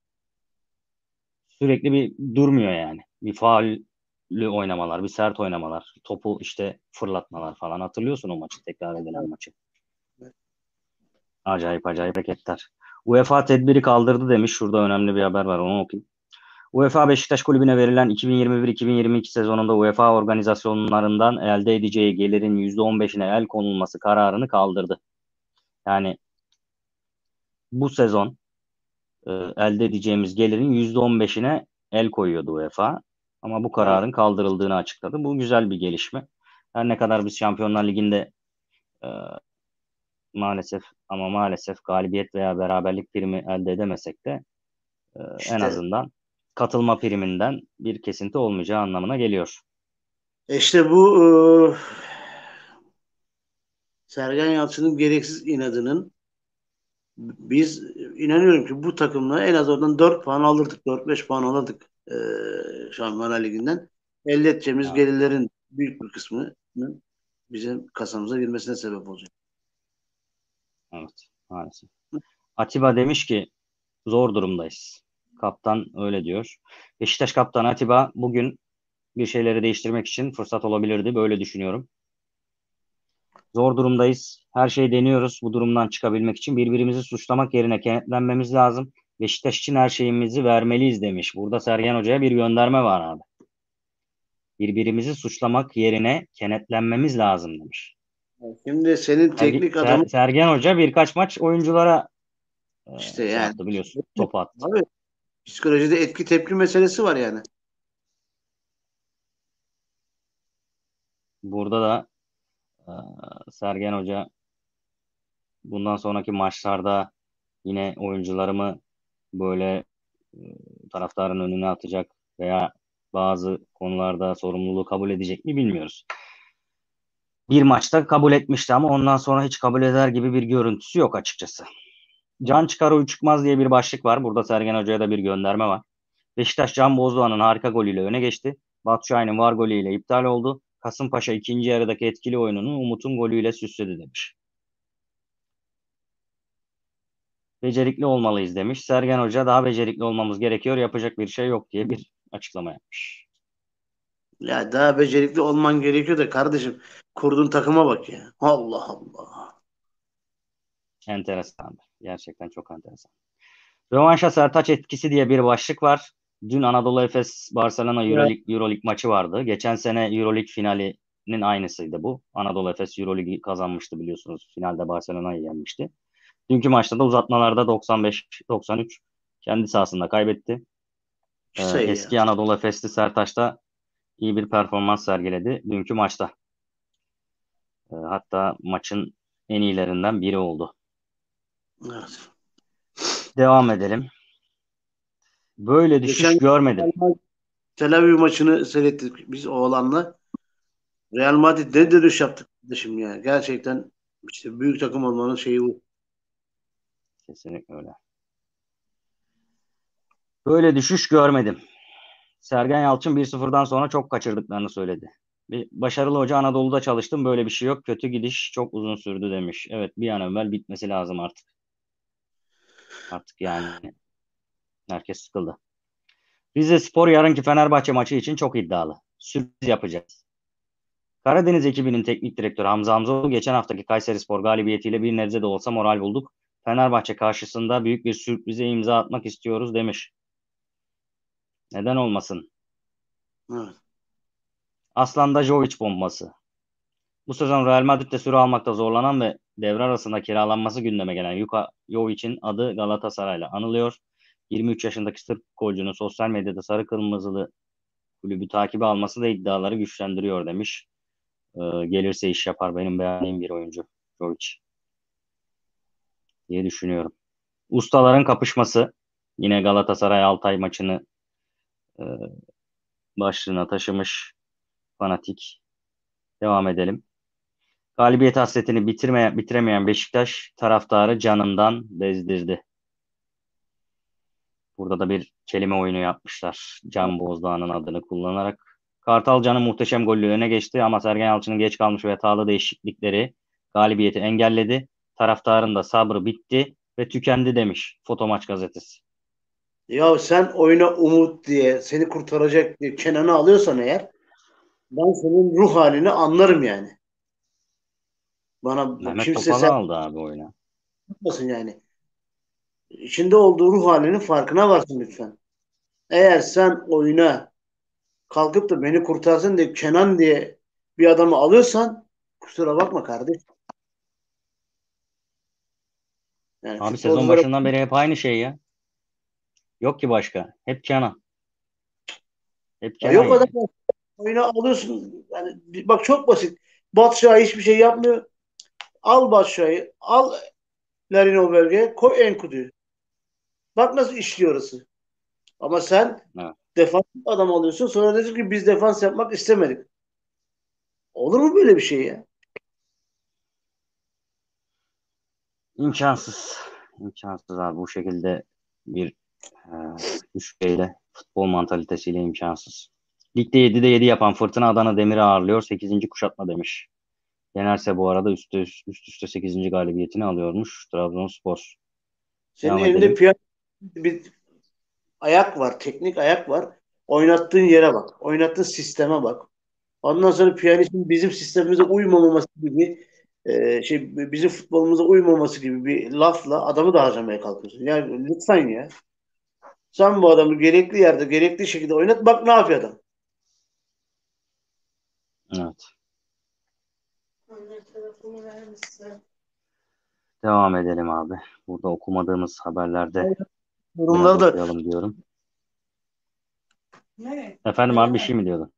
S1: Sürekli bir durmuyor yani. Bir faullü oynamalar, bir sert oynamalar, topu işte fırlatmalar falan. Hatırlıyorsun o maçı, tekrar edilen maçı. Acayip acayip hareketler. UEFA tedbiri kaldırdı demiş. Şurada önemli bir haber var, onu okuyayım. UEFA Beşiktaş Kulübü'ne verilen iki bin yirmi bir iki bin yirmi iki sezonunda UEFA organizasyonlarından elde edeceği gelirin yüzde on beşine el konulması kararını kaldırdı. Yani bu sezon e, elde edeceğimiz gelirin yüzde on beşine el koyuyordu UEFA. Ama bu
S2: Evet.
S1: kararın kaldırıldığını açıkladı. Bu güzel bir gelişme. Her ne kadar biz Şampiyonlar Ligi'nde e, maalesef ama maalesef galibiyet veya beraberlik primi elde edemesek de e, en
S2: İşte
S1: azından katılma priminden bir kesinti olmayacağı anlamına geliyor.
S2: işte bu e, Sergen Yalçın'ın gereksiz inadının biz inanıyorum ki bu takımla en az oradan dört puan alırdık. Dört beş puan alırdık e, Şampiyonlar Ligi'nden. Elde edeceğimiz
S1: Evet,
S2: gelirlerin büyük bir kısmının bizim kasamıza girmesine sebep olacak.
S1: evet maalesef. Atiba demiş ki zor durumdayız. Kaptan öyle diyor. Beşiktaş kaptanı Atiba bugün bir şeyleri değiştirmek için fırsat olabilirdi. Böyle düşünüyorum. Zor durumdayız. Her şeyi deniyoruz bu durumdan çıkabilmek için. Birbirimizi suçlamak yerine kenetlenmemiz lazım. Beşiktaş için her şeyimizi vermeliyiz demiş. Burada Sergen Hoca'ya bir gönderme var abi. Birbirimizi suçlamak yerine kenetlenmemiz lazım demiş.
S2: Şimdi senin
S1: Sergi-
S2: teknik adamın
S1: Ser- Sergen Hoca birkaç maç oyunculara
S2: işte
S1: e, şey
S2: yani
S1: yaptı biliyorsun. Topu attı.
S2: abi psikolojide etki tepki meselesi var yani.
S1: Burada da e, Sergen Hoca bundan sonraki maçlarda yine oyuncularımı böyle e, taraftarın önüne atacak veya bazı konularda sorumluluğu kabul edecek mi bilmiyoruz. Bir maçta kabul etmişti ama ondan sonra hiç kabul eder gibi bir görüntüsü yok açıkçası. Can çıkar oy çıkmaz diye bir başlık var. Burada Sergen Hoca'ya da bir gönderme var. Beşiktaş Can Bozdoğan'ın harika golüyle öne geçti. Batu Şahin'in var golüyle iptal oldu. Kasımpaşa ikinci yarıdaki etkili oyununu Umut'un golüyle süsledi demiş. Becerikli olmalıyız demiş. Sergen Hoca daha becerikli olmamız gerekiyor. Yapacak bir şey yok diye bir açıklama yapmış.
S2: Ya daha becerikli olman gerekiyor da kardeşim kurduğun takıma bak ya. Allah Allah.
S1: Enteresan. Gerçekten çok enteresan. Rövanşa Sertaç etkisi diye bir başlık var. Dün Anadolu Efes Barcelona
S2: Ya,
S1: Euroleague, Euroleague maçı vardı. Geçen sene Euroleague finalinin aynısıydı bu. Anadolu Efes Euroleague'i kazanmıştı biliyorsunuz. Finalde Barcelona'yı yenmişti. Dünkü maçta da uzatmalarda doksan beş doksan üç kendi sahasında kaybetti. Ee,
S2: işte ya.
S1: eski Anadolu Efesli Sertaç da iyi bir performans sergiledi dünkü maçta. Ee, hatta maçın en iyilerinden biri oldu.
S2: Evet.
S1: Devam edelim. Böyle düşüş
S2: Geçen
S1: görmedim.
S2: Tel Aviv maçını seyrettik biz oğlanla. Real Madrid ne dönüş yaptık kardeşim ya. Gerçekten işte büyük takım olmanın şeyi bu.
S1: Kesinlikle öyle. Böyle düşüş görmedim. Sergen Yalçın bir sıfırdan sonra çok kaçırdıklarını söyledi. Bir başarılı hoca, Anadolu'da çalıştım, böyle bir şey yok. Kötü gidiş çok uzun sürdü demiş. Evet, bir an evvel bitmesi lazım artık. Artık yani herkes sıkıldı. Rizespor yarınki Fenerbahçe maçı için çok iddialı. Sürpriz yapacağız. Karadeniz ekibinin teknik direktörü Hamza Hamzoğlu geçen haftaki Kayserispor galibiyetiyle bir nebze de olsa moral bulduk. Fenerbahçe karşısında büyük bir sürprize imza atmak istiyoruz demiş. Neden olmasın?
S2: Evet.
S1: Aslan'da Jovic bombası. Bu sezon Real Madrid'de süre almakta zorlanan ve devre arasında kiralanması gündeme gelen Luka Jovic'in adı Galatasaray'la anılıyor. yirmi üç yaşındaki Sırp golcünün sosyal medyada sarı kırmızılı kulübü takibi alması da iddiaları güçlendiriyor demiş. Ee, gelirse iş yapar, benim beğendiğim bir oyuncu Jovic diye düşünüyorum. Ustaların kapışması, yine Galatasaray Altay maçını e, başlığına taşımış fanatik. Devam edelim. Galibiyet hasretini bitirmeyen, bitiremeyen Beşiktaş taraftarı canından bezdirdi. Burada da bir kelime oyunu yapmışlar. Can Bozdağ'ın adını kullanarak. Kartal Can'ın muhteşem gollü öne geçti ama Sergen Yalçın'ın geç kalmış ve hatalı değişiklikleri galibiyeti engelledi. Taraftarın da sabrı bitti ve tükendi demiş Fotomaç gazetesi.
S2: Ya sen oyuna umut diye seni kurtaracak diye Kenan'ı alıyorsan eğer ben senin ruh halini anlarım yani. Bana bak
S1: Mehmet
S2: kimse
S1: Topal'ı
S2: sen
S1: aldı abi oyuna.
S2: yapmasın yani. İçinde olduğu ruh halinin farkına varsın lütfen. Eğer sen oyuna kalkıp da beni kurtarsın diye Kenan diye bir adamı alıyorsan kusura bakma kardeş. Yani
S1: Abi sezon
S2: futbolculara
S1: başından beri hep aynı şey ya. Yok ki başka. Hep Kenan. Hep
S2: ya
S1: Kenan
S2: yok adam
S1: yani.
S2: oyuna alıyorsun. Yani bak çok basit. Batshuayi hiçbir şey yapmıyor. Al Batshuayi, al Larin bölgeye, koy Enkudu'yu. Bak nasıl işliyor orası. Ama sen
S1: Evet.
S2: defans adam alıyorsun. Sonra diyorsun ki biz defans yapmak istemedik. Olur mu böyle bir şey ya?
S1: İmkansız. İmkansız abi, bu şekilde bir e, düşüşle, futbol mantalitesiyle imkansız. Ligde yedide yedi yapan Fırtına Adana Demir'i ağırlıyor. sekizinci kuşatma demiş. Yenerse bu arada üst, üst üste sekizinci galibiyetini alıyormuş Trabzonspor.
S2: Senin
S1: Devam
S2: elinde
S1: edelim.
S2: piyano bir ayak var, teknik ayak var. Oynattığın yere bak. Oynattığın sisteme bak. Ondan sonra piyanistin bizim sistemimize uymaması gibi e, şey bizim futbolumuza uymaması gibi bir lafla adamı da harcamaya kalkıyorsun. Yani lütfen ya. Sen bu adamı gerekli yerde, gerekli şekilde oynat. Bak ne yapıyor adam.
S1: Evet. Devam edelim abi. Burada okumadığımız haberlerde biraz
S2: Yorumları da
S1: okuyalım diyorum. Efendim abi, bir şey mi diyordun?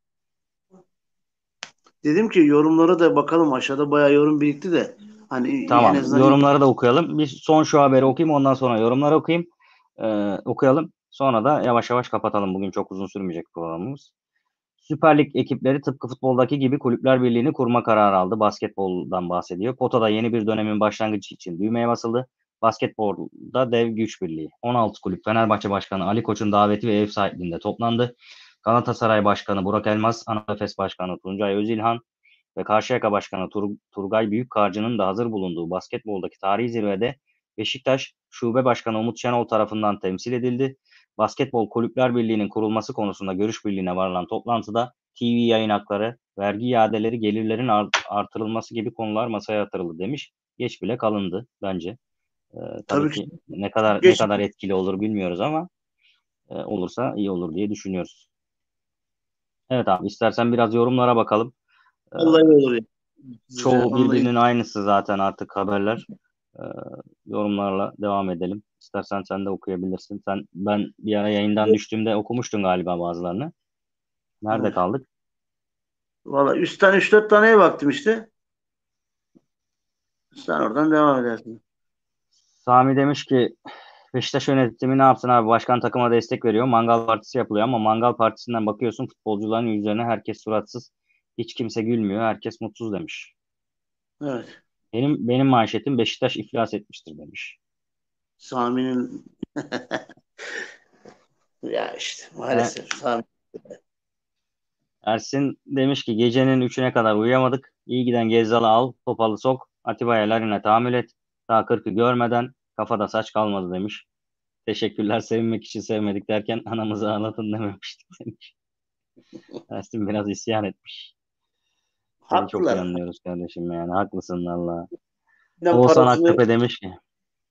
S2: dedim ki yorumlara da bakalım. Aşağıda bayağı yorum birikti de. Hani en
S1: Tamam,
S2: azından ilk
S1: yorumları da okuyalım. Bir son şu haberi okuyayım, ondan sonra yorumları okuyayım. Ee, okuyalım. Sonra da yavaş yavaş kapatalım. Bugün çok uzun sürmeyecek programımız. Süper Lig ekipleri tıpkı futboldaki gibi Kulüpler Birliği'ni kurma kararı aldı. Basketboldan bahsediyor. Pota'da yeni bir dönemin başlangıcı için düğmeye basıldı. Basketbolda dev güç birliği. on altı kulüp Fenerbahçe Başkanı Ali Koç'un daveti ve ev sahipliğinde toplandı. Galatasaray Başkanı Burak Elmas, Anadolu Efes Başkanı Tuncay Özilhan ve Karşıyaka Başkanı Tur Turgay Büyükkarcı'nın da hazır bulunduğu basketboldaki tarihi zirvede Beşiktaş Şube Başkanı Umut Şenol tarafından temsil edildi. Basketbol Kulüpler Birliği'nin kurulması konusunda görüş birliğine varılan toplantıda T V yayın hakları, vergi iadeleri, gelirlerin artırılması gibi konular masaya yatırıldı demiş. Geç bile kalındı bence. Ee, tabii
S2: tabii ki
S1: ki ne kadar ne
S2: geç
S1: kadar etkili olur bilmiyoruz ama e, olursa iyi olur diye düşünüyoruz. Evet abi, istersen biraz yorumlara bakalım. Ee,
S2: vallahi olur ya. Size
S1: Çoğu
S2: onunla ilk
S1: birbirinin aynısı zaten artık haberler. Ee, yorumlarla devam edelim. İstersen sen de okuyabilirsin. Sen, ben bir ara yayından düştüğümde okumuştun galiba bazılarını. Nerede
S2: evet.
S1: kaldık?
S2: Valla üstten üç dört taneye baktım işte. Sen oradan devam edersin.
S1: Sami demiş ki Beşiktaş yönetimi ne yapsın abi? Başkan takıma destek veriyor. Mangal partisi yapılıyor ama mangal partisinden bakıyorsun futbolcuların yüzlerine herkes suratsız. Hiç kimse gülmüyor. Herkes mutsuz demiş.
S2: Evet.
S1: Benim benim manşetim Beşiktaş iflas etmiştir demiş.
S2: Sami'nin ya işte
S1: E,
S2: maalesef Sami.
S1: Ersin demiş ki gecenin üçüne kadar uyuyamadık. İyi giden Gezzal'ı al, Topal'ı sok, Atiba'ya Larin'e tahammül et. Daha kırkı görmeden kafada saç kalmadı demiş. Teşekkürler sevinmek için sevmedik derken anamızı ağlatın dememiştik demiş. Ersin biraz isyan etmiş. Seni çok iyi
S2: Haklılar.
S1: anlıyoruz kardeşim yani. Haklısın valla.
S2: Harbiden
S1: Oğuzhan
S2: parasını
S1: Aktepe demiş ki.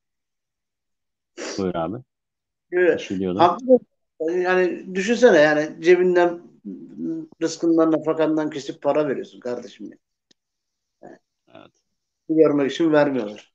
S1: Buyur abi. Bir
S2: evet,
S1: şey diyordun.
S2: haklı. Yani düşünsene yani cebinden rızkından nafakandan kesip para veriyorsun kardeşim. Ya.
S1: Evet.
S2: Görmek için vermiyorlar.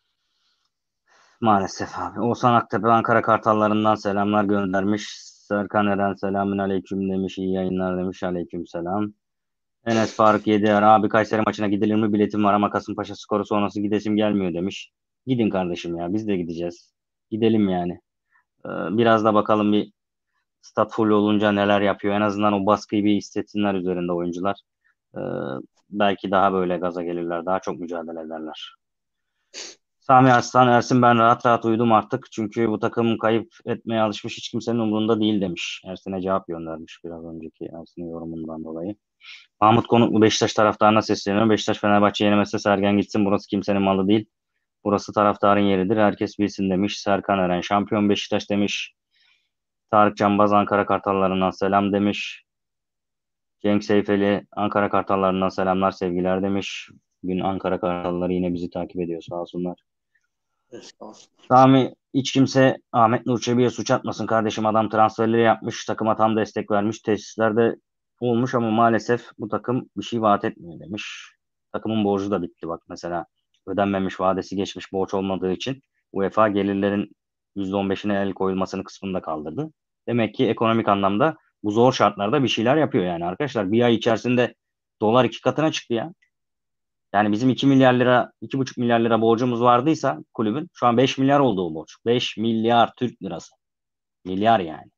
S1: Maalesef abi. Oğuzhan Aktepe Ankara Kartallarından selamlar göndermiş. Serkan Eren selamün aleyküm demiş. İyi yayınlar demiş. Aleyküm selam. Enes Faruk Yediyer abi Kayseri maçına gidilir mi? Biletim var ama Kasımpaşa skoru sonrası gidesim gelmiyor demiş. Gidin kardeşim ya. Biz de gideceğiz. Gidelim yani. Ee, biraz da bakalım bir stat full olunca neler yapıyor. En azından o baskıyı bir hissetsinler üzerinde oyuncular. Ee, belki daha böyle gaza gelirler. Daha çok mücadele ederler. Sami Arslan Ersin ben rahat rahat uyudum artık. Çünkü bu takım kayıp etmeye alışmış hiç kimsenin umurunda değil demiş. Ersin'e cevap göndermiş biraz önceki Ersin'in yorumundan dolayı. Mahmut Konuklu Beşiktaş taraftarına sesleniyor. Beşiktaş Fenerbahçe yenemezse Sergen gitsin. Burası kimsenin malı değil. Burası taraftarın yeridir. Herkes bilsin demiş. Serkan Eren şampiyon Beşiktaş demiş. Tarık Canbaz Ankara Kartallarından selam demiş. Cenk Seyfeli Ankara Kartallarından selamlar sevgiler demiş. Bugün Ankara Kartalları yine bizi takip ediyor sağ olsunlar.
S2: Evet, olsun.
S1: Sami hiç kimse Ahmet Nur Çebi'ye suç atmasın kardeşim. Adam transferleri yapmış. Takıma tam destek vermiş. Tesislerde olmuş ama maalesef bu takım bir şey vaat etmiyor demiş. Takımın borcu da bitti bak mesela. Ödenmemiş vadesi geçmiş borç olmadığı için UEFA gelirlerin yüzde on beşine el koyulmasını kısmında kaldırdı. Demek ki ekonomik anlamda bu zor şartlarda bir şeyler yapıyor yani arkadaşlar. Bir ay içerisinde dolar iki katına çıktı ya. Yani bizim iki milyar lira, iki buçuk milyar lira borcumuz vardıysa kulübün şu an beş milyar oldu o borç. beş milyar Türk lirası. Milyar yani.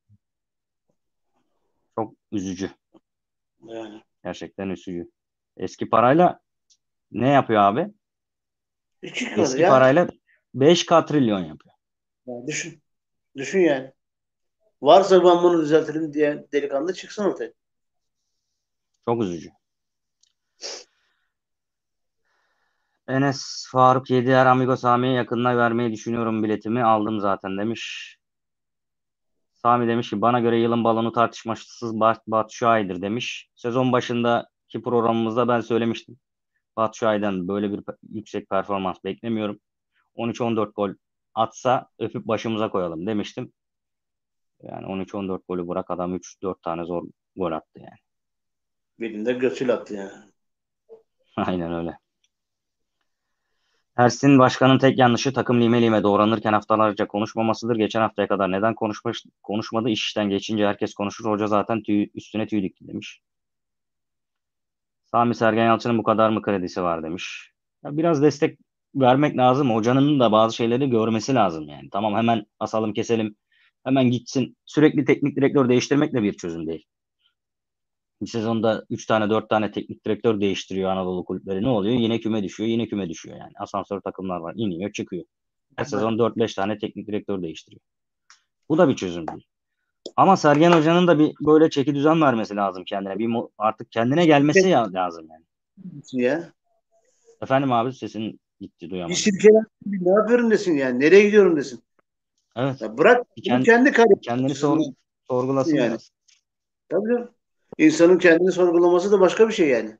S1: Çok üzücü.
S2: Yani.
S1: Gerçekten üzücü. Eski parayla ne yapıyor abi?
S2: İki katı
S1: Eski
S2: ya.
S1: parayla beş katrilyon yapıyor.
S2: Ya düşün. Düşün yani. Varsa ben bunu düzeltirim diye delikanlı çıksın ortaya.
S1: Çok üzücü. Enes Faruk Yediyer Amigo Sami'ye yakınına vermeyi düşünüyorum biletimi. Aldım zaten demiş. Sami demiş ki bana göre yılın balonu tartışmasız Bat Batu Şuay'dır demiş. Sezon başındaki programımızda ben söylemiştim. Batu Şuay'dan böyle bir pe- yüksek performans beklemiyorum. on üç on dört gol atsa öpüp başımıza koyalım demiştim. Yani on üç on dört golü bırak adam üç dört tane zor gol attı yani.
S2: Birinde götül attı yani.
S1: Aynen öyle. Ersin Başkan'ın tek yanlışı takım lime lime doğranırken haftalarca konuşmamasıdır. Geçen haftaya kadar neden konuşmuş, konuşmadı? İş işten geçince herkes konuşur. Hoca zaten tüy, üstüne tüy dikti demiş. Sami Sergen Yalçın'ın bu kadar mı kredisi var demiş. Ya biraz destek vermek lazım. Hocanın da bazı şeyleri görmesi lazım yani. Tamam hemen asalım keselim. Hemen gitsin. Sürekli teknik direktör değiştirmek de bir çözüm değil. Bir sezonda üç tane dört tane teknik direktör değiştiriyor Anadolu kulüpleri. Ne oluyor? Yine küme düşüyor. Yine küme düşüyor yani. Asansör takımlar var. İniyor çıkıyor. Her sezon dört beş tane teknik direktör değiştiriyor. Bu da bir çözüm değil. Ama Sergen Hoca'nın da bir böyle çeki düzen vermesi lazım kendine. Bir mo- artık kendine gelmesi ya- lazım yani.
S2: Ya.
S1: Efendim abi sesin gitti
S2: Bir
S1: duyamadım.
S2: silkelen ne yapıyorum desin yani. Nereye gidiyorum desin.
S1: Evet.
S2: Ya bırak
S1: Bir
S2: bunu
S1: kend-
S2: kendi kariyeri
S1: kendini sor
S2: açısından
S1: sorgulasın
S2: yani.
S1: biraz.
S2: Tabii canım. İnsanın kendini sorgulaması da başka bir şey yani.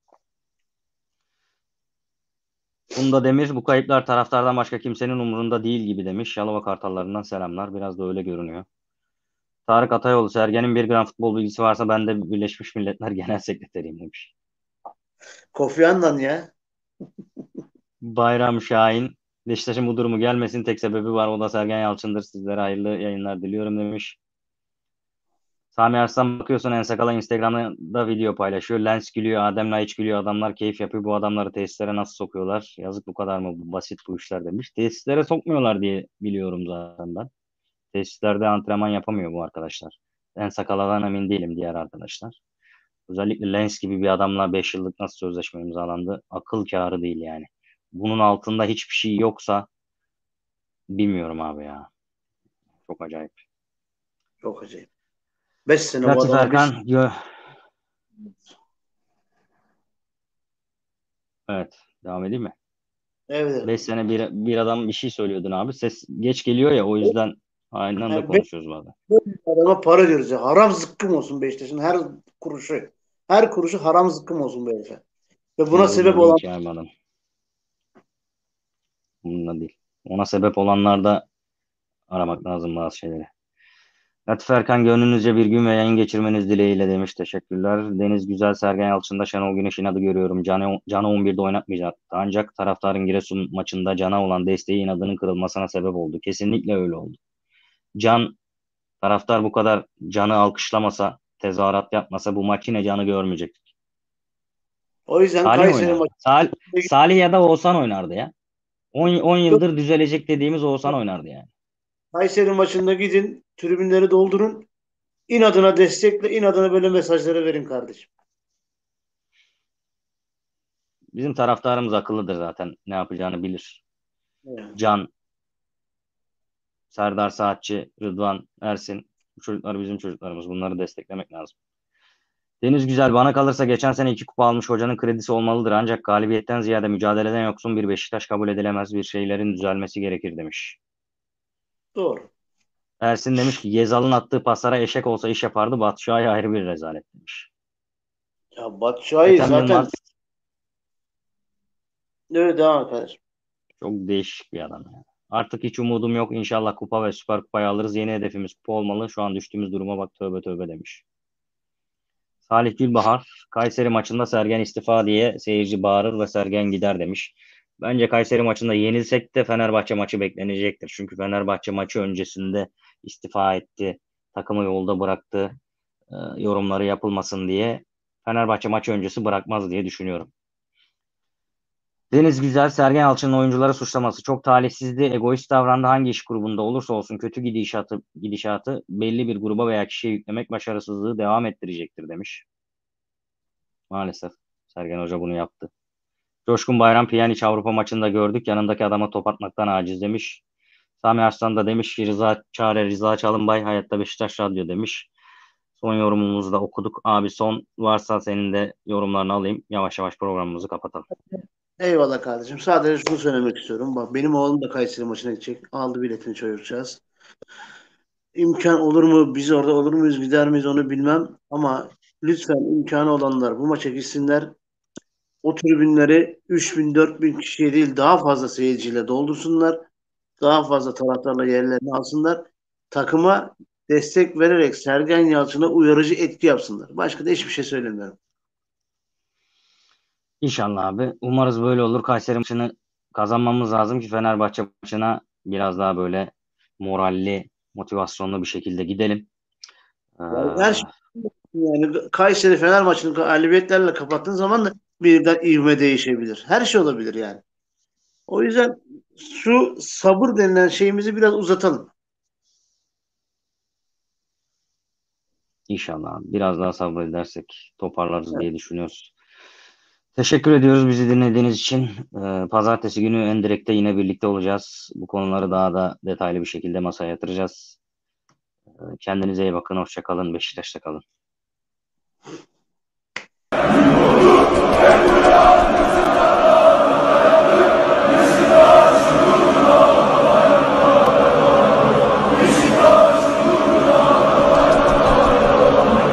S1: Funda Demir bu kayıplar taraftardan başka kimsenin umurunda değil gibi demiş. Yalova Kartallarından selamlar. Biraz da öyle görünüyor. Tarık Atayoğlu Sergen'in bir gram futbol bilgisi varsa ben de Birleşmiş Milletler Genel Sekreteriyim demiş.
S2: Kofi Annan ya.
S1: Bayram Şahin Beşiktaş'ın bu durumu gelmesin tek sebebi var o da Sergen Yalçın'dır. Sizlere hayırlı yayınlar diliyorum demiş. Sami Arslan bakıyorsun En Sakal'a Instagram'da video paylaşıyor. Lens gülüyor, Adem Laiç gülüyor. Adamlar keyif yapıyor. Bu adamları tesislere nasıl sokuyorlar? Yazık bu kadar mı basit bu işler demiş. Tesislere sokmuyorlar diye biliyorum zaten ben. Tesislerde antrenman yapamıyor bu arkadaşlar. En Sakal'dan emin değilim diğer arkadaşlar. Özellikle Lens gibi bir adamla beş yıllık nasıl sözleşme imzalandı? Akıl kârı değil yani. Bunun altında hiçbir şey yoksa bilmiyorum abi ya. Çok acayip.
S2: Çok acayip. Beş sene bu
S1: Latif
S2: adama bir
S1: Erkan diyor. Evet. Devam edeyim mi?
S2: evet.
S1: Beş sene bir, bir adam bir şey söylüyordun abi. Ses geç geliyor ya o yüzden aynı anda
S2: Yani beş
S1: konuşuyoruz bazen.
S2: adama para diyoruz ya. Haram zıkkım olsun Beşiktaş'ın her kuruşu. Her kuruşu haram zıkkım olsun bu herife. Ve buna sebep
S1: Umurumda değil
S2: olan
S1: ki abi adam. Umurumda değil. Ona sebep olanlarda aramak lazım bazı şeyleri. Latif Erkan gönlünüzce bir gün ve yayın geçirmeniz dileğiyle demiş. Teşekkürler. Deniz Güzel, Sergen Yalçın'da Şenol Güneş inadı görüyorum. Can'ı Can'ı on birde oynatmayacaktı. Ancak taraftarın Giresun maçında Can'a olan desteği inadının kırılmasına sebep oldu. Kesinlikle öyle oldu. Can, taraftar bu kadar Can'ı alkışlamasa, tezahürat yapmasa bu maç yine Can'ı görmeyecektik.
S2: o yüzden
S1: Salih
S2: Kayseri
S1: oynardı.
S2: maçı
S1: Sal Salih ya da Oğuzhan oynardı ya. on
S2: yok.
S1: yıldır düzelecek dediğimiz Oğuzhan oynardı yani.
S2: Kayseri maçında gidin tribünleri doldurun. İnadına destekle, inadına böyle mesajları verin kardeşim.
S1: Bizim taraftarımız akıllıdır zaten. Ne yapacağını bilir.
S2: Yani.
S1: Can, Serdar Saatçi, Rıdvan, Ersin. Bu çocuklar bizim çocuklarımız. Bunları desteklemek lazım. Deniz Güzel, bana kalırsa geçen sene iki kupa almış hocanın kredisi olmalıdır. Ancak galibiyetten ziyade mücadeleden yoksun bir Beşiktaş kabul edilemez. Bir şeylerin düzelmesi gerekir demiş.
S2: Doğru.
S1: Ersin demiş ki Gezal'ın attığı paslara eşek olsa iş yapardı. Batshuayi ayrı bir rezalet demiş.
S2: Ya Batshuayi
S1: Ethem
S2: zaten
S1: Yılmaz
S2: evet devam et kardeşim.
S1: çok değişik bir adam. Yani. Artık hiç umudum yok. İnşallah kupa ve süper kupayı alırız. Yeni hedefimiz kupa olmalı. Şu an düştüğümüz duruma bak tövbe tövbe demiş. Salih Gülbahar, Kayseri maçında Sergen istifa diye seyirci bağırır ve Sergen gider demiş. Bence Kayseri maçında yenilsek de Fenerbahçe maçı beklenecektir. Çünkü Fenerbahçe maçı öncesinde istifa etti, takımı yolda bıraktı, e, yorumları yapılmasın diye. Fenerbahçe maçı öncesi bırakmaz diye düşünüyorum. Deniz Güzel, Sergen Yalçın'ın oyuncuları suçlaması çok talihsizdi. Egoist davrandı. Hangi iş grubunda olursa olsun kötü gidişatı, gidişatı belli bir gruba veya kişiye yüklemek başarısızlığı devam ettirecektir demiş. Maalesef Sergen Hoca bunu yaptı. Coşkun Bayram Pjanic Avrupa maçında gördük. Yanındaki adama top atmaktan aciz demiş. Sami Arslan da demiş ki Rıza Çare, Rıza Çalınbay hayatta Beşiktaş Radyo demiş. Son yorumumuzu da okuduk. Abi son varsa senin de yorumlarını alayım. Yavaş yavaş programımızı kapatalım.
S2: Eyvallah kardeşim. Sadece şunu söylemek istiyorum. Bak benim oğlum da Kayseri maçına gidecek. Aldı biletini çocukcağız. İmkan olur mu? Biz orada olur muyuz? Gider miyiz onu bilmem. Ama lütfen imkanı olanlar bu maça gitsinler. O tribünleri üç bin dört bin kişiye değil daha fazla seyirciyle doldursunlar. Daha fazla taraftarla yerlerini alsınlar. Takıma destek vererek Sergen Yalçın'a uyarıcı etki yapsınlar. Başka da hiçbir şey söylemiyorum.
S1: İnşallah abi. Umarız böyle olur. Kayseri maçını kazanmamız lazım ki Fenerbahçe maçına biraz daha böyle moralli, motivasyonlu bir şekilde gidelim. Ee,
S2: Yani her şey yani Kayseri Fener maçını galibiyetlerle kapattığın zaman da birden ivme değişebilir. Her şey olabilir yani. O yüzden şu sabır denilen şeyimizi biraz uzatalım.
S1: İnşallah abi. Biraz daha sabredersek toparlarız diye düşünüyoruz. Teşekkür ediyoruz bizi dinlediğiniz için. Ee, Pazartesi günü Endirekt'te yine birlikte olacağız. Bu konuları daha da detaylı bir şekilde masaya yatıracağız. Ee, Kendinize iyi bakın. Hoşça kalın. Beşiktaş'ta kalın.